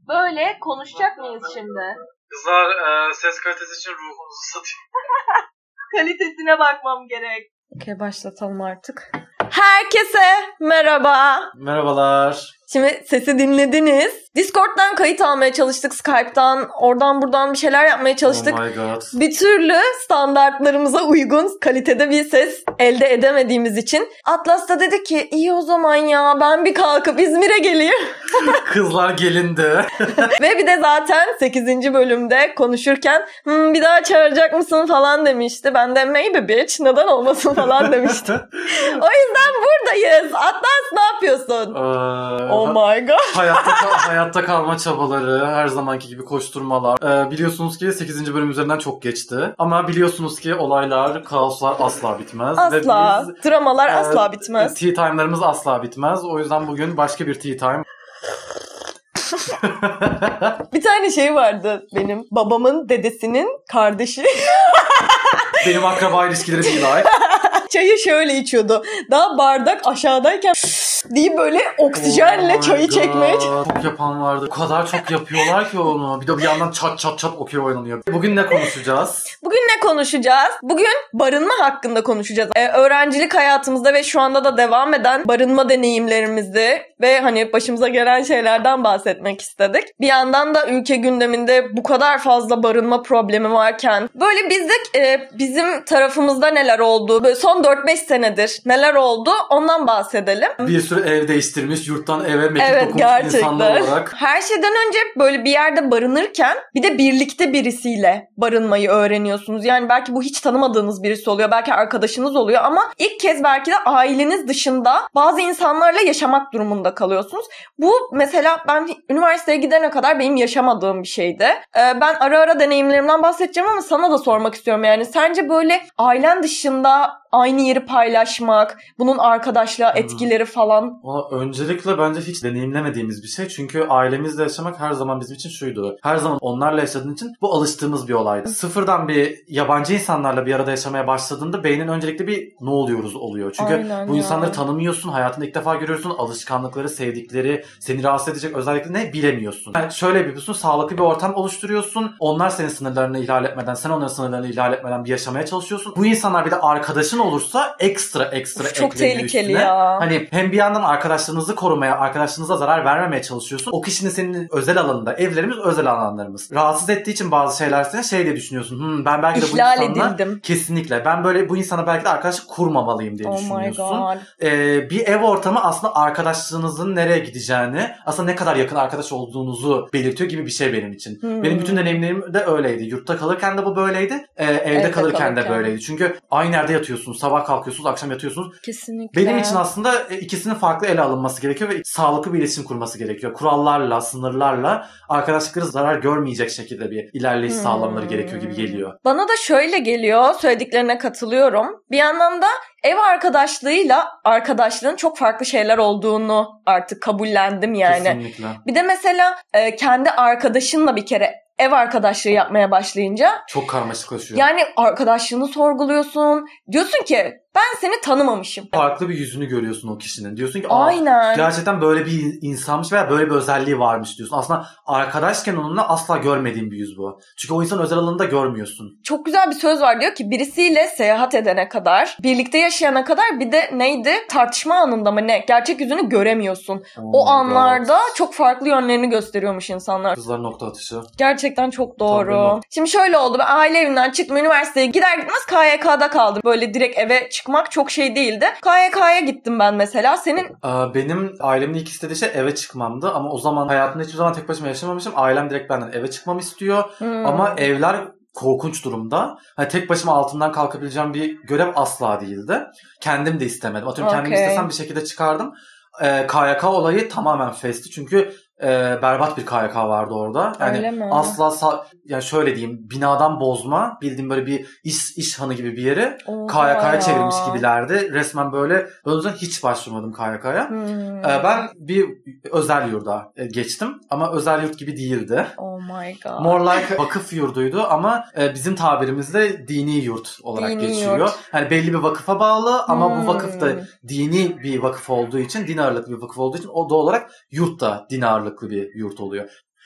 Böyle konuşacak mıyız şimdi? Kızlar ses kalitesi için ruhunuzu satayım. Kalitesine bakmam gerek. Okey, başlatalım artık. Herkese merhaba. Merhabalar. Şimdi sesi dinlediniz. Discord'dan kayıt almaya çalıştık, Skype'tan, oradan buradan bir şeyler yapmaya çalıştık. Oh my god. Bir türlü standartlarımıza uygun kalitede bir ses elde edemediğimiz için Atlas da dedi ki iyi o zaman ya ben bir kalkıp İzmir'e geleyim. Kızlar gelindi. Ve bir de zaten 8. bölümde konuşurken bir daha çağıracak mısın falan demişti. Ben de maybe bitch neden olmasın falan demiştim. O yüzden buradayız. Atlas ne yapıyorsun? Oh my god. Hayatta kalma çabaları, her zamanki gibi koşturmalar. Biliyorsunuz ki 8. bölüm üzerinden çok geçti. Ama biliyorsunuz ki olaylar, kaoslar asla bitmez. Asla. Ve biz, dramalar asla bitmez. Tea time'larımız asla bitmez. O yüzden bugün başka bir tea time. Bir tane şey vardı benim. Babamın dedesinin kardeşi. Benim akraba ilişkileri değil ay. Çayı şöyle içiyordu. Daha bardak aşağıdayken diye böyle oksijenle çayı çekmeye Çok yapan vardı. O kadar çok yapıyorlar ki onu. Bir de bir yandan çat çat çat okey oynanıyor. Bugün ne konuşacağız? Bugün barınma hakkında konuşacağız. Öğrencilik hayatımızda ve şu anda da devam eden barınma deneyimlerimizi ve hani başımıza gelen şeylerden bahsetmek istedik. Bir yandan da ülke gündeminde bu kadar fazla barınma problemi varken böyle bizim tarafımızda neler oldu? Böyle son 4-5 senedir neler oldu? Ondan bahsedelim. Bir sürü ev değiştirmiş, yurttan eve mekik dokumuş insanlar olarak. Her şeyden önce böyle bir yerde barınırken bir de birlikte birisiyle barınmayı öğreniyorsunuz. Yani belki bu hiç tanımadığınız birisi oluyor. Belki arkadaşınız oluyor ama ilk kez belki de aileniz dışında bazı insanlarla yaşamak durumunda kalıyorsunuz. Bu mesela ben üniversiteye gidene kadar benim yaşamadığım bir şeydi. Ben ara deneyimlerimden bahsedeceğim ama sana da sormak istiyorum. Yani sence böyle ailen dışında aynı yeri paylaşmak, bunun arkadaşlığa etkileri falan. Öncelikle bence hiç deneyimlemediğimiz bir şey. Çünkü ailemizle yaşamak her zaman bizim için şuydu. Her zaman onlarla yaşadığın için bu alıştığımız bir olaydı. Sıfırdan bir yabancı insanlarla bir arada yaşamaya başladığında beynin öncelikle bir ne oluyoruz oluyor. Çünkü aynen bu insanları tanımıyorsun, hayatında ilk defa görüyorsun. Alışkanlıkları, sevdikleri, seni rahatsız edecek özellikle ne bilemiyorsun. Yani şöyle yapıyorsun, sağlıklı bir ortam oluşturuyorsun. Onlar senin sınırlarını ihlal etmeden, sen onların sınırlarını ihlal etmeden bir yaşamaya çalışıyorsun. Bu insanlar bir de arkadaşın olursa ekstra çok tehlikeli üstüne. Ya. Hani hem bir yandan arkadaşlarınızı korumaya, arkadaşlarınıza zarar vermemeye çalışıyorsun. O kişinin senin özel alanında, evlerimiz özel alanlarımız. Rahatsız ettiği için bazı şeyler sana şey diye düşünüyorsun. Ben belki de İhlal bu insanla edildim. Kesinlikle. Ben böyle bu insana belki de arkadaşlık kurmamalıyım diye düşünüyorsun. Oh my god. Bir ev ortamı aslında arkadaşlığınızın nereye gideceğini, aslında ne kadar yakın arkadaş olduğunuzu belirtiyor gibi bir şey benim için. Benim bütün deneyimlerim de öyleydi. Yurtta kalırken de bu böyleydi. Evde kalırken de böyleydi. Çünkü aynı yerde yatıyorsunuz. Sabah kalkıyorsunuz, akşam yatıyorsunuz. Kesinlikle. Benim için aslında ikisinin farklı ele alınması gerekiyor ve sağlıklı bir iletişim kurması gerekiyor. Kurallarla, sınırlarla arkadaşlıkları zarar görmeyecek şekilde bir ilerleyiş sağlamaları gerekiyor gibi geliyor. Bana da şöyle geliyor, söylediklerine katılıyorum. Bir yandan da ev arkadaşlığıyla arkadaşlığın çok farklı şeyler olduğunu artık kabullendim yani. Kesinlikle. Bir de mesela kendi arkadaşınla bir kere ev arkadaşlığı yapmaya başlayınca çok karmaşıklaşıyor. Yani arkadaşlığını sorguluyorsun. Diyorsun ki ben seni tanımamışım. Farklı bir yüzünü görüyorsun o kişinin. Diyorsun ki aynen. Gerçekten böyle bir insanmış veya böyle bir özelliği varmış diyorsun. Aslında arkadaşken onunla asla görmediğin bir yüz bu. Çünkü o insan özel alanında görmüyorsun. Çok güzel bir söz var, diyor ki birisiyle seyahat edene kadar, birlikte yaşayana kadar bir de neydi? Tartışma anında mı ne? Gerçek yüzünü göremiyorsun. O anlarda çok farklı yönlerini gösteriyormuş insanlar. Kızlar nokta atışı. Gerçekten çok doğru. Şimdi şöyle oldu. Ben aile evinden çıktım, üniversiteye gider gitmez KYK'da kaldım. Böyle direkt eve çıkmak çok şey değildi. KYK'ya gittim ben mesela. Senin? Benim ailemin ilk istediği şey eve çıkmamdı. Ama o zaman hayatımda hiçbir zaman tek başıma yaşamamışım. Ailem direkt benden eve çıkmamı istiyor. Ama evler korkunç durumda. Hani tek başıma altından kalkabileceğim bir görev asla değildi. Kendim de istemedim. Atıyorum kendim istesem bir şekilde çıkardım. KYK olayı tamamen festti. Çünkü berbat bir KYK vardı orada. Yani asla yani şöyle diyeyim, binadan bozma, bildiğim böyle bir iş hanı gibi bir yeri KYK'ya çevirmiş gibilerdi. Resmen böyle o yüzden hiç başvurmadım KYK'ya. Ben bir özel yurda geçtim ama özel yurt gibi değildi. Oh my god. More like vakıf yurduydu ama bizim tabirimizde dini yurt olarak geçiyor. Yani belli bir vakıfa bağlı ama bu vakıf da dini bir vakıf olduğu için, din ağırlıklı bir vakıf olduğu için o doğal olarak yurt da din ağırlıklı bir yurt oluyor.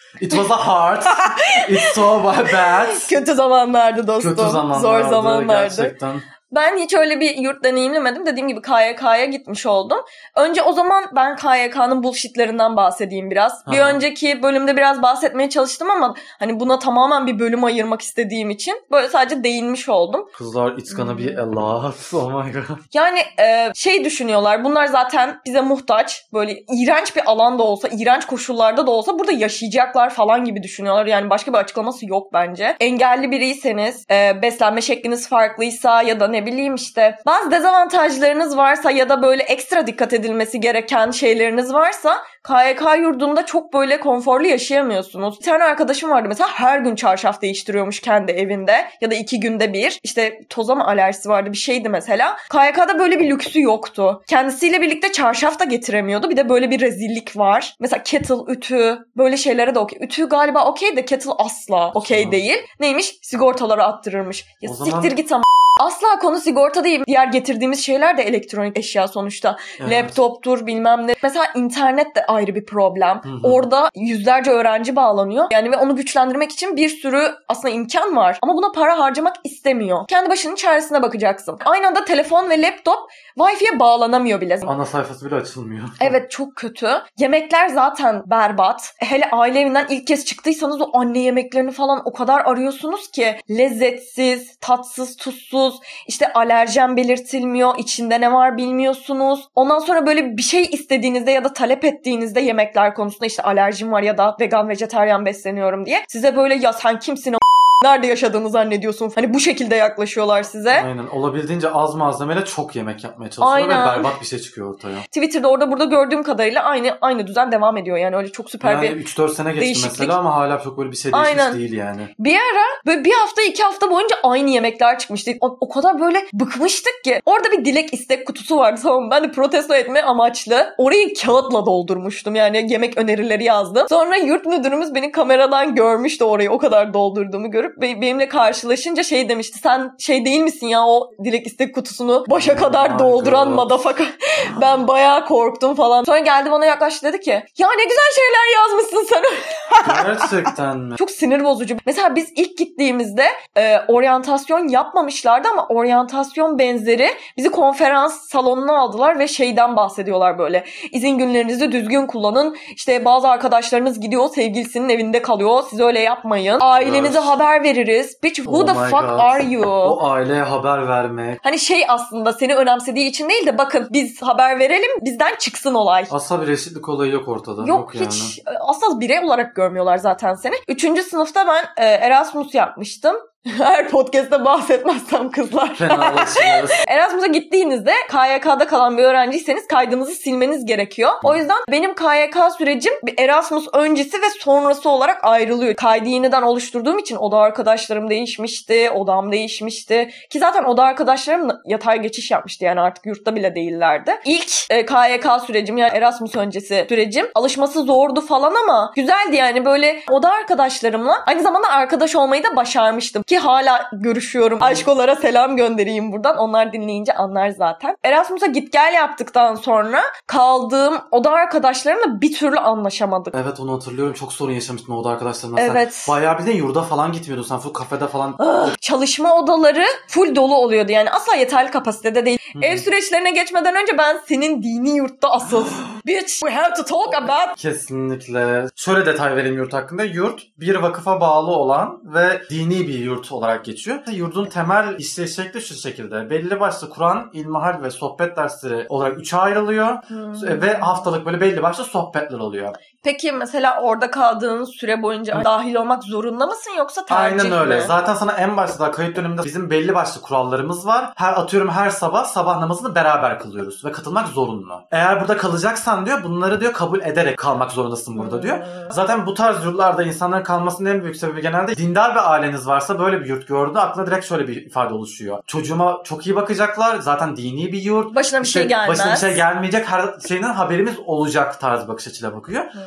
It was a hard. It's so bad. Kötü zamanlardı dostum. Kötü zamanlardı. Zor zamanlardı. Gerçekten. Ben hiç öyle bir yurt deneyimlemedim. Dediğim gibi KYK'ya gitmiş oldum. Önce o zaman ben KYK'nın bullshitlerinden bahsedeyim biraz. Bir önceki bölümde biraz bahsetmeye çalıştım ama hani buna tamamen bir bölüm ayırmak istediğim için böyle sadece değinmiş oldum. Kızlar it's gonna be a lot. Oh my god. Yani şey düşünüyorlar. Bunlar zaten bize muhtaç. Böyle iğrenç bir alanda olsa, iğrenç koşullarda da olsa burada yaşayacaklar falan gibi düşünüyorlar. Yani başka bir açıklaması yok bence. Engelli biriyseniz, beslenme şekliniz farklıysa ya da ne bileyim işte bazı dezavantajlarınız varsa ya da böyle ekstra dikkat edilmesi gereken şeyleriniz varsa KYK yurdunda çok böyle konforlu yaşayamıyorsunuz. Bir tane arkadaşım vardı mesela her gün çarşaf değiştiriyormuş kendi evinde ya da 2 günde bir. İşte toza mı alerjisi vardı bir şeydi mesela. KYK'da böyle bir lüksü yoktu. Kendisiyle birlikte çarşaf da getiremiyordu. Bir de böyle bir rezillik var. Mesela kettle, ütü böyle şeylere de okey. Ütü galiba okey de kettle asla okey değil. Neymiş? Sigortaları attırırmış. Ya o siktir zaman... git ama. Asla konu sigorta değil. Diğer getirdiğimiz şeyler de elektronik eşya sonuçta. Evet. Laptoptur bilmem ne. Mesela internet de ayrı bir problem. Hı-hı. Orada yüzlerce öğrenci bağlanıyor. Yani ve onu güçlendirmek için bir sürü aslında imkan var. Ama buna para harcamak istemiyor. Kendi başının çaresine bakacaksın. Aynı anda telefon ve laptop Wi-Fi'ye bağlanamıyor bile. Ana sayfası bile açılmıyor. Evet çok kötü. Yemekler zaten berbat. Hele aile evinden ilk kez çıktıysanız o anne yemeklerini falan o kadar arıyorsunuz ki lezzetsiz, tatsız, tuzsuz. İşte alerjen belirtilmiyor. İçinde ne var bilmiyorsunuz. Ondan sonra böyle bir şey istediğinizde ya da talep ettiğinizde yemekler konusunda işte alerjim var ya da vegan, vejetaryen besleniyorum diye size böyle ya sen kimsin nerede yaşadığını zannediyorsun. Hani bu şekilde yaklaşıyorlar size. Aynen. Olabildiğince az malzemeyle çok yemek yapmaya çalışıyorlar ve berbat bir şey çıkıyor ortaya. Twitter'da orada burada gördüğüm kadarıyla aynı düzen devam ediyor. Yani öyle çok süper yani bir 3-4 sene geçti değişiklik. Mesela ama hala çok böyle bir şey değişmiş değil yani. Bir ara böyle bir hafta 2 hafta boyunca aynı yemekler çıkmıştı. O kadar böyle bıkmıştık ki. Orada bir dilek istek kutusu vardı tamam mı? Ben de protesto etme amaçlı orayı kağıtla doldurmuştum. Yani yemek önerileri yazdım. Sonra yurt müdürümüz beni kameradan görmüştü orayı o kadar doldurduğumu görüp benimle karşılaşınca şey demişti. Sen şey değil misin ya o dilek istek kutusunu başa kadar dolduran motherfucker. Ben bayağı korktum falan. Sonra geldi bana yaklaştı dedi ki ya ne güzel şeyler yazmışsın sen. Gerçekten mi? Çok sinir bozucu. Mesela biz ilk gittiğimizde oryantasyon yapmamışlardı ama oryantasyon benzeri bizi konferans salonuna aldılar ve şeyden bahsediyorlar böyle. İzin günlerinizi düzgün kullanın. İşte bazı arkadaşlarınız gidiyor sevgilisinin evinde kalıyor. Siz öyle yapmayın. Ailenize haber veririz. Bitch who the fuck God. Are you? O aileye haber vermek. Hani şey aslında seni önemsediği için değil de bakın biz haber verelim bizden çıksın olay. Asla bir reşitlik olayı yok ortada. Yok yani. Hiç asla birey olarak görmüyorlar zaten seni. 3. sınıfta ben Erasmus yapmıştım. Her podcast'ta bahsetmezsem kızlar. Fenalaşıyoruz. Erasmus'a gittiğinizde KYK'da kalan bir öğrenciyseniz kaydınızı silmeniz gerekiyor. O yüzden benim KYK sürecim bir Erasmus öncesi ve sonrası olarak ayrılıyor. Kaydı yeniden oluşturduğum için oda arkadaşlarım değişmişti, odam değişmişti. Ki zaten oda arkadaşlarım yatay geçiş yapmıştı yani artık yurtta bile değillerdi. İlk KYK sürecim yani Erasmus öncesi sürecim alışması zordu falan ama güzeldi yani böyle oda arkadaşlarımla aynı zamanda arkadaş olmayı da başarmıştım. Ki hala görüşüyorum. Aşkolara selam göndereyim buradan. Onlar dinleyince anlar zaten. Erasmus'a git gel yaptıktan sonra kaldığım oda arkadaşlarımla bir türlü anlaşamadık. Evet onu hatırlıyorum. Çok sorun yaşamıştın oda arkadaşlarımla. Evet. Sen bayağı bir de yurda falan gitmiyordun. Sen full kafede falan. Çalışma odaları full dolu oluyordu. Yani asla yeterli kapasitede değil. Ev süreçlerine geçmeden önce ben senin dini yurtta asıl. Bitch we have to talk about. Kesinlikle. Şöyle detay vereyim yurt hakkında. Yurt bir vakıfa bağlı olan ve dini bir yurt olarak geçiyor. Yurdun temel işleyiş şekli şu şekilde. Belli başlı Kur'an, ilmihal ve sohbet dersleri olarak 3'e ayrılıyor. Ve haftalık böyle belli başlı sohbetler oluyor. Peki mesela orada kaldığın süre boyunca dahil olmak zorunda mısın yoksa tercih mi? Aynen öyle. Zaten sana en başta da kayıt döneminde bizim belli başlı kurallarımız var. Her sabah namazını beraber kılıyoruz ve katılmak zorunlu. Eğer burada kalacaksan diyor bunları diyor kabul ederek kalmak zorundasın burada diyor. Zaten bu tarz yurtlarda insanların kalmasının en büyük sebebi genelde dindar bir aileniz varsa böyle bir yurt gördü. Aklına direkt şöyle bir ifade oluşuyor. Çocuğuma çok iyi bakacaklar. Zaten dini bir yurt. Başına bir şey gelmez. Başına bir şey gelmeyecek. Her şeyden haberimiz olacak tarzı bakış açıyla bakıyor.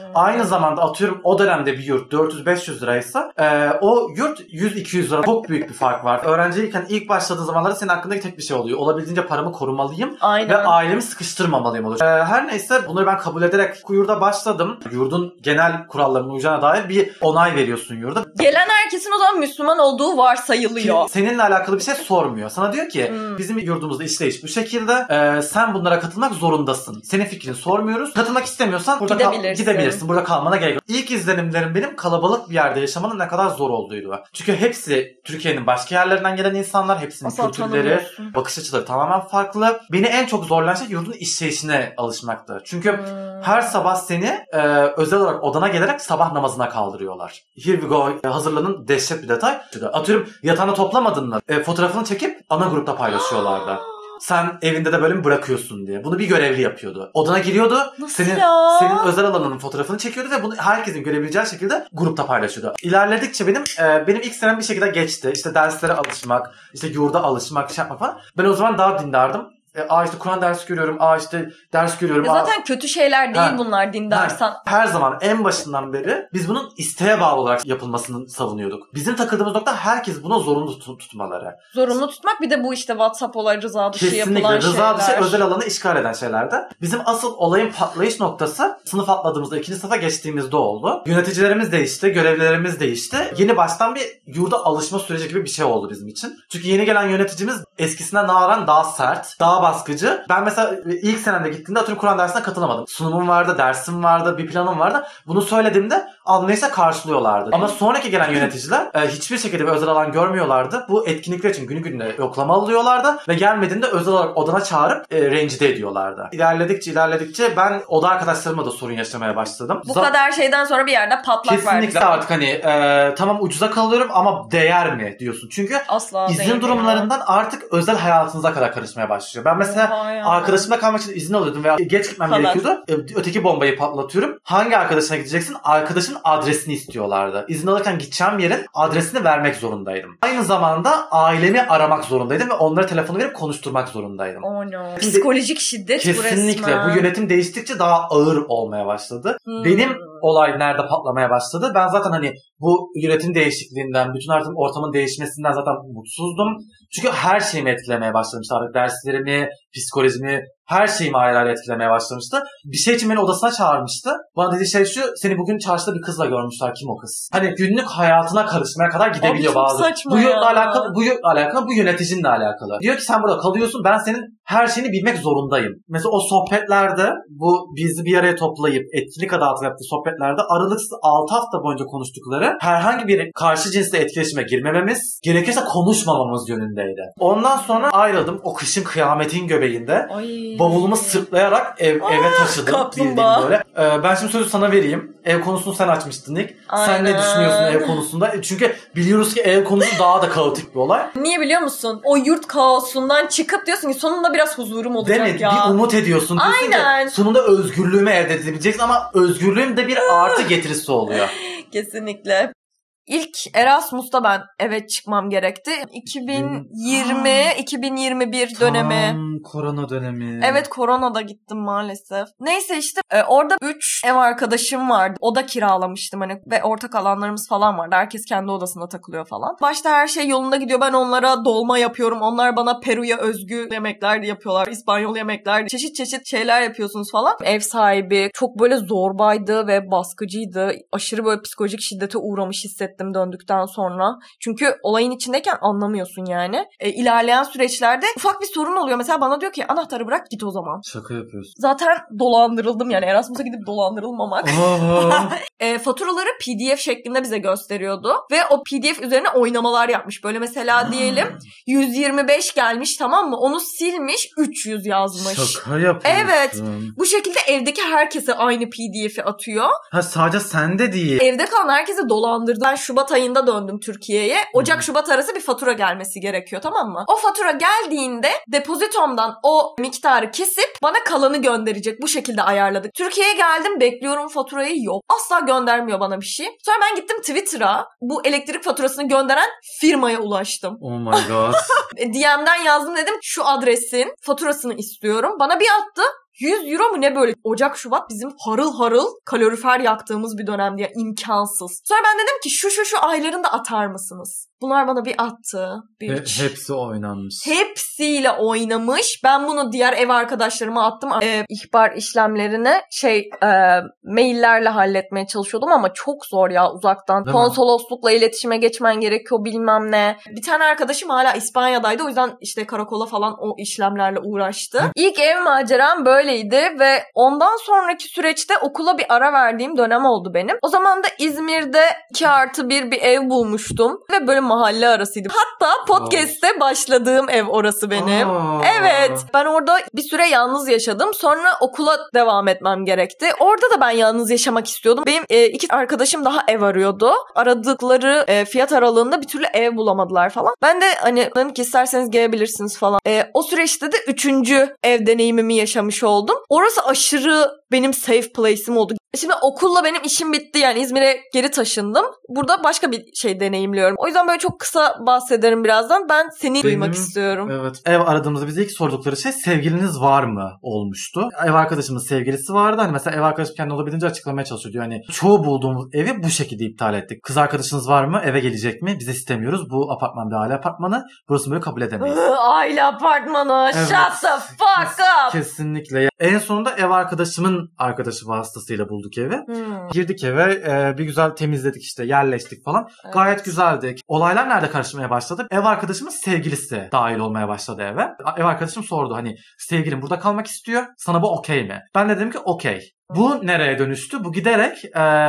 Aynı zamanda atıyorum o dönemde bir yurt 400-500 liraysa o yurt 100-200 lira. Çok büyük bir fark var. Öğrenciyken ilk başladığı zamanlarda senin hakkındaki tek bir şey oluyor. Olabildiğince paramı korumalıyım. Aynen. Ve ailemi sıkıştırmamalıyım olur. Her neyse bunları ben kabul ederek yurda başladım. Yurdun genel kurallarına uyacağına dair bir onay veriyorsun yurda. Gelen herkesin o zaman Müslüman olduğu varsayılıyor. Ki seninle alakalı bir şey sormuyor. Sana diyor ki bizim yurdumuzda işleyiş bu şekilde. Sen bunlara katılmak zorundasın. Senin fikrini sormuyoruz. Katılmak istemiyorsan burada gidebilirsin. Burada kalmana gerek yok. İlk izlenimlerim benim kalabalık bir yerde yaşamanın ne kadar zor olduğuydu. Çünkü hepsi Türkiye'nin başka yerlerinden gelen insanlar. Hepsinin kültürleri, bakış açıları tamamen farklı. Beni en çok zorlayan şey yurdun işleyişine alışmaktı. Çünkü her sabah seni özel olarak odana gelerek sabah namazına kaldırıyorlar. Here we go. Hazırlanın, dehşet bir detay. Atıyorum yatağını toplamadın mı? Fotoğrafını çekip ana grupta paylaşıyorlardı. Sen evinde de böyle mi bırakıyorsun diye. Bunu bir görevli yapıyordu. Odana giriyordu. Senin özel alanının fotoğrafını çekiyordu ve bunu herkesin görebileceği şekilde grupta paylaşıyordu. İlerledikçe benim ilk senem bir şekilde geçti. İşte derslere alışmak, işte yurda alışmak, şey yapmak falan. Ben o zaman daha dindardım. İşte Kur'an dersi görüyorum. İşte ders görüyorum. Zaten kötü şeyler değil bunlar dindarsan. Her zaman en başından beri biz bunun isteğe bağlı olarak yapılmasını savunuyorduk. Bizim takıldığımız nokta herkes buna zorunlu tutmaları. Zorunlu tutmak bir de bu işte WhatsApp olayı rıza dışı yapılan şeyler. Kesinlikle rıza dışı özel alanı işgal eden şeylerdi. Bizim asıl olayın patlayış noktası sınıf atladığımızda 2. sınıfa geçtiğimizde oldu. Yöneticilerimiz değişti, görevlilerimiz değişti. Yeni baştan bir yurda alışma süreci gibi bir şey oldu bizim için. Çünkü yeni gelen yöneticimiz eskisinden nazaran daha sert, daha baskıcı. Ben mesela ilk senemde gittiğimde atıyorum Kur'an dersine katılamadım. Sunumum vardı, dersim vardı, bir planım vardı. Bunu söylediğimde anlayışla karşılıyorlardı. Ama sonraki gelen yöneticiler hiçbir şekilde bir özel alan görmüyorlardı. Bu etkinlikler için günü gününe yoklama alıyorlardı ve gelmediğinde özel olarak odana çağırıp rencide ediyorlardı. İlerledikçe ben oda arkadaşlarımla da sorun yaşamaya başladım. Bu kadar şeyden sonra bir yerde patlak verdi. Kesinlikle artık hani tamam ucuza kalıyorum ama değer mi diyorsun? Çünkü asla izin durumlarından artık özel hayatınıza kadar karışmaya başlıyor. Ben mesela arkadaşımla kalmak için izin alıyordum veya geç gitmem gerekiyordu. Öteki bombayı patlatıyorum. Hangi arkadaşına gideceksin? Arkadaşın adresini istiyorlardı. İzin alırken gideceğim yerin adresini vermek zorundaydım. Aynı zamanda ailemi aramak zorundaydım ve onlara telefonu verip konuşturmak zorundaydım. Oh no. Psikolojik şiddet bu resmen. Kesinlikle. Bu yönetim değiştikçe daha ağır olmaya başladı. Benim olay nerede patlamaya başladı? Ben zaten hani bu yönetim değişikliğinden, bütün artık ortamın değişmesinden zaten mutsuzdum. Çünkü her şeyimi etkilemeye başlamıştı. Artık derslerimi, psikolojimi, her şeyimi ayrı ayrı etkilemeye başlamıştı. Bir şey için beni odasına çağırmıştı. Bana dediği şey şu, seni bugün çarşıda bir kızla görmüşler. Kim o kız? Hani günlük hayatına karışmaya kadar gidebiliyor bazı. Bu yurtla alakalı, bu yöneticinle alakalı. Diyor ki sen burada kalıyorsun, ben senin her şeyini bilmek zorundayım. Mesela o sohbetlerde, bu bizi bir araya toplayıp etkinlik adı altında yaptığı sohbetlerde aralıksız 6 hafta boyunca konuştukları herhangi bir karşı cinsle etkileşime girmememiz, gerekirse konuşmamamız yönündeydi. Ondan sonra ayrıldım. O kışın kıyametin göbeğinde. Bavulumu sırtlayarak eve taşıdım. Bildiğim böyle. Ben şimdi sözü sana vereyim. Ev konusunu sen açmıştın ilk. Sen ne düşünüyorsun ev konusunda? Çünkü biliyoruz ki ev konusu daha da kaotik bir olay. Niye biliyor musun? O yurt kaosundan çıkıp diyorsun ki sonunda biraz huzurum olacak. Değil mi? Bir umut ediyorsun. Aynen. Sonunda özgürlüğümü elde edebileceksin ama özgürlüğüm de bir artı getirisi oluyor. Kesinlikle. İlk Erasmus'ta ben eve çıkmam gerekti. 2020-2021 dönemi. Korona dönemi. Evet, koronada gittim maalesef. Neyse işte orada 3 ev arkadaşım vardı. Oda kiralamıştım hani ve ortak alanlarımız falan vardı. Herkes kendi odasında takılıyor falan. Başta her şey yolunda gidiyor. Ben onlara dolma yapıyorum. Onlar bana Peru'ya özgü yemekler yapıyorlar. İspanyol yemekler. Çeşit çeşit şeyler yapıyorsunuz falan. Ev sahibi çok böyle zorbaydı ve baskıcıydı. Aşırı böyle psikolojik şiddete uğramış hissettim döndükten sonra. Çünkü olayın içindeyken anlamıyorsun yani. İlerleyen süreçlerde ufak bir sorun oluyor. Mesela bana diyor ki anahtarı bırak git o zaman. Şaka yapıyorsun. Zaten dolandırıldım yani. Erasmus'a gidip dolandırılmamak. Faturaları PDF şeklinde bize gösteriyordu. Ve o PDF üzerine oynamalar yapmış. Böyle mesela diyelim 125 gelmiş, tamam mı? Onu silmiş 300 yazmış. Şaka yapıyorsun. Evet. Bu şekilde evdeki herkese aynı PDF'i atıyor. Ha, sadece sende değil. Evde kalan herkese dolandırdı. Ben Şubat ayında döndüm Türkiye'ye. Ocak-Şubat arası bir fatura gelmesi gerekiyor, tamam mı? O fatura geldiğinde depozitomdan o miktarı kesip bana kalanı gönderecek. Bu şekilde ayarladık. Türkiye'ye geldim, bekliyorum faturayı, yok. Asla göndermiyor bana bir şey. Sonra ben gittim Twitter'a, bu elektrik faturasını gönderen firmaya ulaştım. Oh my god. DM'den yazdım, dedim şu adresin faturasını istiyorum. Bana bir attı. 100 euro mu ne böyle? Ocak, Şubat bizim harıl harıl kalorifer yaktığımız bir dönemdi ya, imkansız. Sonra ben dedim ki şu aylarını da atar mısınız? Bunlar bana bir attı. Hepsi oynanmış. Hepsiyle oynamış. Ben bunu diğer ev arkadaşlarıma attım. İhbar işlemlerini maillerle halletmeye çalışıyordum ama çok zor ya uzaktan. Değil mi? Konsoloslukla iletişime geçmen gerekiyor bilmem ne. Bir tane arkadaşım hala İspanya'daydı. O yüzden işte karakola falan o işlemlerle uğraştı. İlk ev maceram böyleydi ve ondan sonraki süreçte okula bir ara verdiğim dönem oldu benim. O zaman da İzmir'de 2+1 bir ev bulmuştum ve böyle mahalle arasıydı. Hatta podcast'te başladığım ev orası benim. Evet. Ben orada bir süre yalnız yaşadım. Sonra okula devam etmem gerekti. Orada da ben yalnız yaşamak istiyordum. Benim 2 arkadaşım daha ev arıyordu. Aradıkları fiyat aralığında bir türlü ev bulamadılar falan. Ben de hani dedim ki isterseniz gelebilirsiniz falan. O süreçte de 3. ev deneyimimi yaşamış oldum. Orası aşırı benim safe place'im oldu. Şimdi okulla benim işim bitti, yani İzmir'e geri taşındım. Burada başka bir şey deneyimliyorum. O yüzden böyle çok kısa bahsederim birazdan. Ben seni duymak istiyorum. Evet. Ev aradığımızda bize ilk sordukları şey sevgiliniz var mı olmuştu. Ev arkadaşımın sevgilisi vardı. Hani mesela ev arkadaşım kendi olabildiğince açıklamaya çalışıyor. Diyor hani çoğu bulduğumuz evi bu şekilde iptal ettik. Kız arkadaşınız var mı? Eve gelecek mi? Biz istemiyoruz. Bu apartman bir aile apartmanı. Burası böyle kabul edemeyiz. Aile apartmanı. Evet. Shut the fuck up. Kesinlikle. En sonunda ev arkadaşımın arkadaşı vasıtasıyla bulduk evi. Girdik eve, bir güzel temizledik işte, yerleştik falan. Evet. Gayet güzeldi. Olaylar nerede karışmaya başladı? Ev arkadaşımın sevgilisi dahil olmaya başladı eve. Ev arkadaşım sordu hani sevgilim burada kalmak istiyor. Sana bu okey mi? Ben de dedim ki okey. Bu nereye dönüştü? Bu giderek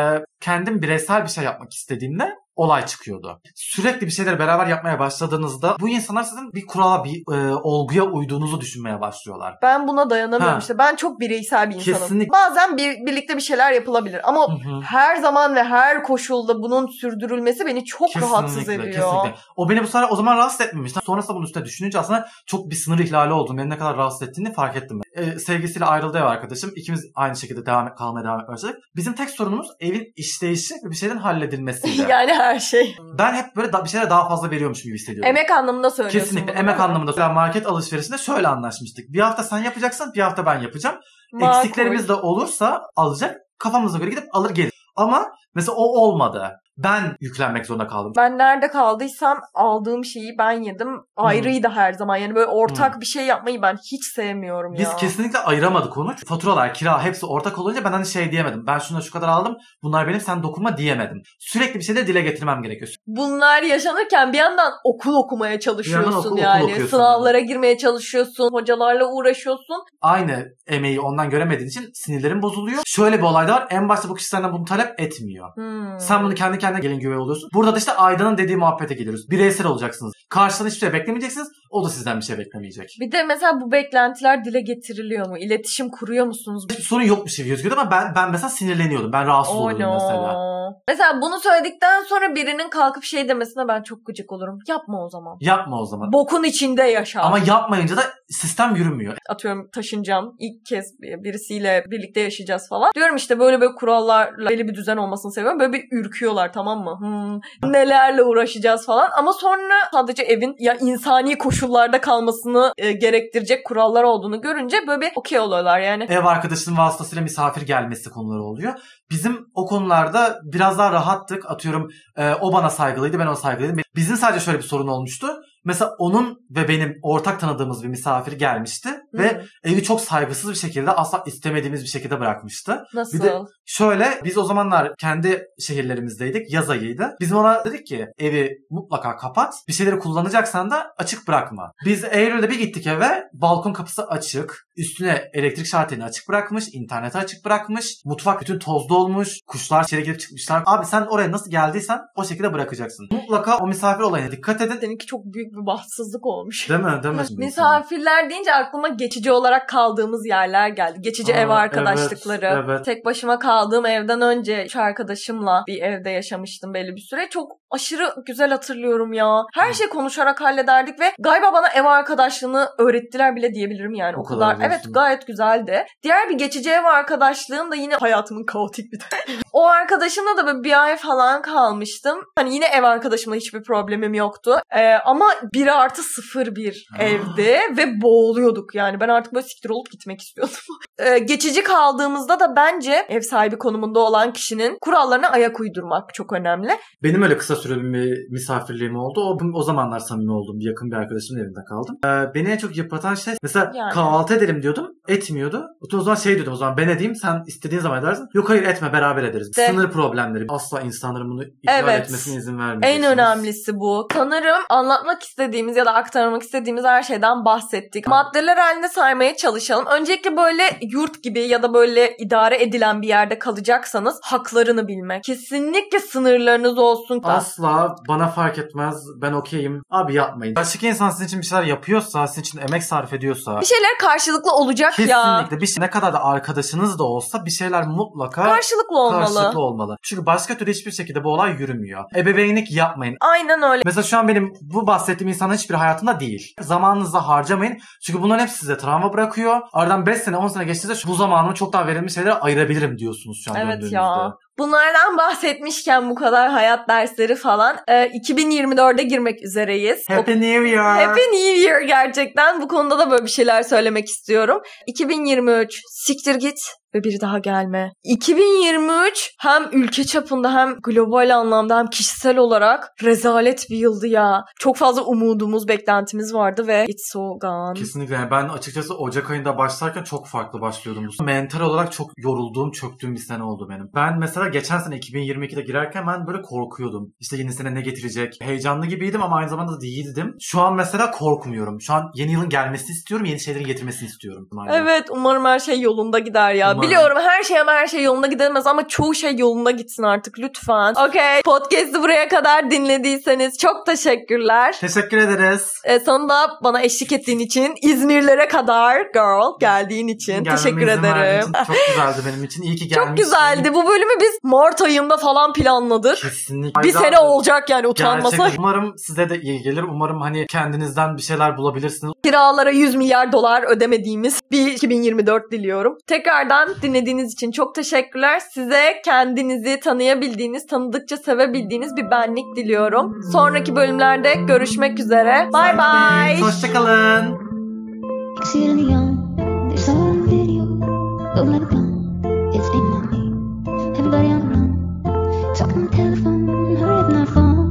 kendim bireysel bir şey yapmak istediğimde olay çıkıyordu. Sürekli bir şeyleri beraber yapmaya başladığınızda bu insanlar sizin bir kurala, bir olguya uyduğunuzu düşünmeye başlıyorlar. Ben buna dayanamıyorum işte. Ben çok bireysel bir insanım. Kesinlikle. Bazen birlikte bir şeyler yapılabilir ama her zaman ve her koşulda bunun sürdürülmesi beni çok rahatsız ediyor. Kesinlikle. O beni bu sefer o zaman rahatsız etmemiş. Sonrasında bunun üstüne düşününce aslında çok bir sınır ihlali oldu. Beni ne kadar rahatsız ettiğini fark ettim. Sevgisiyle ayrıldı ev arkadaşım. İkimiz aynı şekilde kalmaya devam etmeye başladık. Bizim tek sorunumuz evin işleyişi ve bir şeyden halledilmesiydi. Yani her şey. Ben hep böyle bir şeylere daha fazla veriyormuş gibi hissediyorum. Emek anlamında söylüyorsun. Kesinlikle emek anlamında. Market alışverişinde şöyle anlaşmıştık. Bir hafta sen yapacaksın, bir hafta ben yapacağım. Makul. Eksiklerimiz de olursa alacak. Kafamıza göre gidip alır gelir. Ama mesela o olmadı. Ben yüklenmek zorunda kaldım. Ben nerede kaldıysam aldığım şeyi ben yedim. Ayrıydı her zaman. Yani böyle ortak bir şey yapmayı ben hiç sevmiyorum ya. Biz kesinlikle ayıramadık onu. Faturalar, kira hepsi ortak olunca ben hani şey diyemedim. Ben şuna şu kadar aldım. Bunlar benim, sen dokunma diyemedim. Sürekli bir şeyleri dile getirmem gerekiyor. Bunlar yaşanırken bir yandan okul okumaya çalışıyorsun yani. Sınavlara girmeye çalışıyorsun. Hocalarla uğraşıyorsun. Aynı emeği ondan göremediğin için sinirlerin bozuluyor. Şöyle bir olay da var. En başta bu kişi senden bunu talep etmiyor. Sen bunu kendi kendine gelin güvey oluyorsun. Burada da işte Ayda'nın dediği muhabbete geliyoruz. Bireysel olacaksınız. Karşıdan hiçbir şey beklemeyeceksiniz. O da sizden bir şey beklemeyecek. Bir de mesela bu beklentiler dile getiriliyor mu? İletişim kuruyor musunuz? Hiçbir sorun yokmuş gibi gözüküyordu ama ben mesela sinirleniyordum. Ben rahatsız oluyordum mesela. Mesela bunu söyledikten sonra birinin kalkıp şey demesine ben çok gıcık olurum. Yapma o zaman. Yapma o zaman. Bokun içinde yaşa. Ama yapmayınca da sistem yürümüyor. Atıyorum taşınacağım. İlk kez birisiyle birlikte yaşayacağız falan. Diyorum işte böyle kurallarla belli bir düzen olmasını seviyorum. Böyle bir ürküyorlar, tamam mı? Nelerle uğraşacağız falan. Ama sonra sadece evin ya insani koşullarda kalmasını gerektirecek kurallar olduğunu görünce böyle bir okey oluyorlar yani. Ev arkadaşının vasıtasıyla misafir gelmesi konuları oluyor. Bizim o konularda biraz daha rahattık. Atıyorum o bana saygılıydı, ben ona saygılıydım. Bizim sadece şöyle bir sorun olmuştu. Mesela onun ve benim ortak tanıdığımız bir misafir gelmişti ve evi çok saygısız bir şekilde, asla istemediğimiz bir şekilde bırakmıştı. Nasıl? Bir de şöyle, biz o zamanlar kendi şehirlerimizdeydik, yaz ayıydı. Biz ona dedik ki evi mutlaka kapat, bir şeyleri kullanacaksan da açık bırakma. Biz Eylül'de bir gittik eve, balkon kapısı açık, üstüne elektrik şartını açık bırakmış, interneti açık bırakmış, mutfak bütün tozlu olmuş, kuşlar içeri girip çıkmışlar. Abi sen oraya nasıl geldiysen o şekilde bırakacaksın. Mutlaka o misafir olayına dikkat edin. Seninki çok büyük bir bahtsızlık olmuş. Değil mi? Değil mi? Misafirler deyince aklıma geçici olarak kaldığımız yerler geldi. Geçici ev arkadaşlıkları. Evet. Tek başıma kaldığım evden önce şu arkadaşımla bir evde yaşamıştım belli bir süre. Çok aşırı güzel hatırlıyorum ya. Her şey konuşarak hallederdik ve galiba bana ev arkadaşlığını öğrettiler bile diyebilirim yani. O kadar. Evet, gayet güzeldi. Diğer bir geçici ev arkadaşlığım da yine hayatımın kaotik bir tane. O arkadaşımla da böyle bir ay falan kalmıştım. Hani yine ev arkadaşımla hiçbir problemim yoktu. Ama 1+0 evdi ve boğuluyorduk yani. Ben artık böyle siktir olup gitmek istiyordum. Geçici kaldığımızda da bence ev sahibi konumunda olan kişinin kurallarına ayak uydurmak çok önemli. Benim öyle kısa süreli bir misafirliğim oldu. O zamanlar samimi oldum. Yakın bir arkadaşımın evinde kaldım. Beni en çok yıpratan şey mesela Yani. kahvaltı edelim diyordum. Etmiyordu. O zaman şey diyordum, o zaman ben edeyim, sen istediğin zaman edersin. Yok hayır etme, beraber ederiz. Sınır problemleri. Asla insanların bunu ihlal etmesine izin vermeyeceksiniz. En önemlisi bu. Sanırım anlatmak istediğimiz ya da aktarmak istediğimiz her şeyden bahsettik. Maddeler haline saymaya çalışalım. Öncelikle böyle yurt gibi ya da böyle idare edilen bir yerde kalacaksanız haklarını bilmek. Kesinlikle sınırlarınız olsun. Asla bana fark etmez. Ben okeyim. Abi yapmayın. Başka insan sizin için bir şeyler yapıyorsa, sizin için emek sarf ediyorsa. Bir şeyler karşılıklı olacak kesinlikle ya. bir şey, ne kadar da arkadaşınız da olsa bir şeyler mutlaka Karşılıklı olmalı. Çünkü başka türlü hiçbir şekilde bu olay yürümüyor. Ebeveynlik yapmayın. Aynen öyle. Mesela şu an benim bu bahsettiğim insanın hiçbir hayatında değil. Zamanınızı harcamayın. Çünkü bunların hepsi size travma bırakıyor. Aradan 5 sene 10 sene geçtiğinde bu zamanımı çok daha verimli şeylere ayırabilirim diyorsunuz şu an Evet döndüğünüzde. ya. Bunlardan bahsetmişken bu kadar hayat dersleri falan 2024'e girmek üzereyiz. Happy New Year. Happy New Year gerçekten. Bu konuda da böyle bir şeyler söylemek istiyorum. 2023 siktir git ve bir daha gelme. 2023 hem ülke çapında hem global anlamda hem kişisel olarak rezalet bir yıldı ya. Çok fazla umudumuz, beklentimiz vardı ve it's so gone. Kesinlikle. Yani ben açıkçası Ocak ayında başlarken çok farklı başlıyordum. Mental olarak çok yorulduğum, çöktüğüm bir sene oldu benim. Ben mesela geçen sene 2022'de girerken ben böyle korkuyordum. İşte yeni sene ne getirecek? Heyecanlı gibiydim ama aynı zamanda da değildim. Şu an mesela korkmuyorum. Şu an yeni yılın gelmesini istiyorum, yeni şeylerin getirmesini istiyorum. Evet, umarım her şey yolunda gider ya. Umarım. Biliyorum her şey yolunda gidemez ama çoğu şey yolunda gitsin artık lütfen. Okay, podcast'ı buraya kadar dinlediyseniz çok teşekkürler. Teşekkür ederiz. Sonunda bana eşlik ettiğin için, İzmirlere kadar girl geldiğin için teşekkür ederim. Için çok güzeldi benim için. İyi ki gelmişsin. Çok güzeldi. Bu bölümü biz Mart ayında falan planladık. Kesinlikle. Bir sene olacak yani utanmasa. Gerçekten. Umarım size de iyi gelir. Umarım hani kendinizden bir şeyler bulabilirsiniz. Kiralara 100 milyar dolar ödemediğimiz bir 2024 diliyorum. Tekrardan dinlediğiniz için çok teşekkürler. Size kendinizi tanıyabildiğiniz, tanıdıkça sevebildiğiniz bir benlik diliyorum. Sonraki bölümlerde görüşmek üzere. Bye bye. Hoşçakalın. Everybody on the run, talking on the telephone, hurry up, not phone.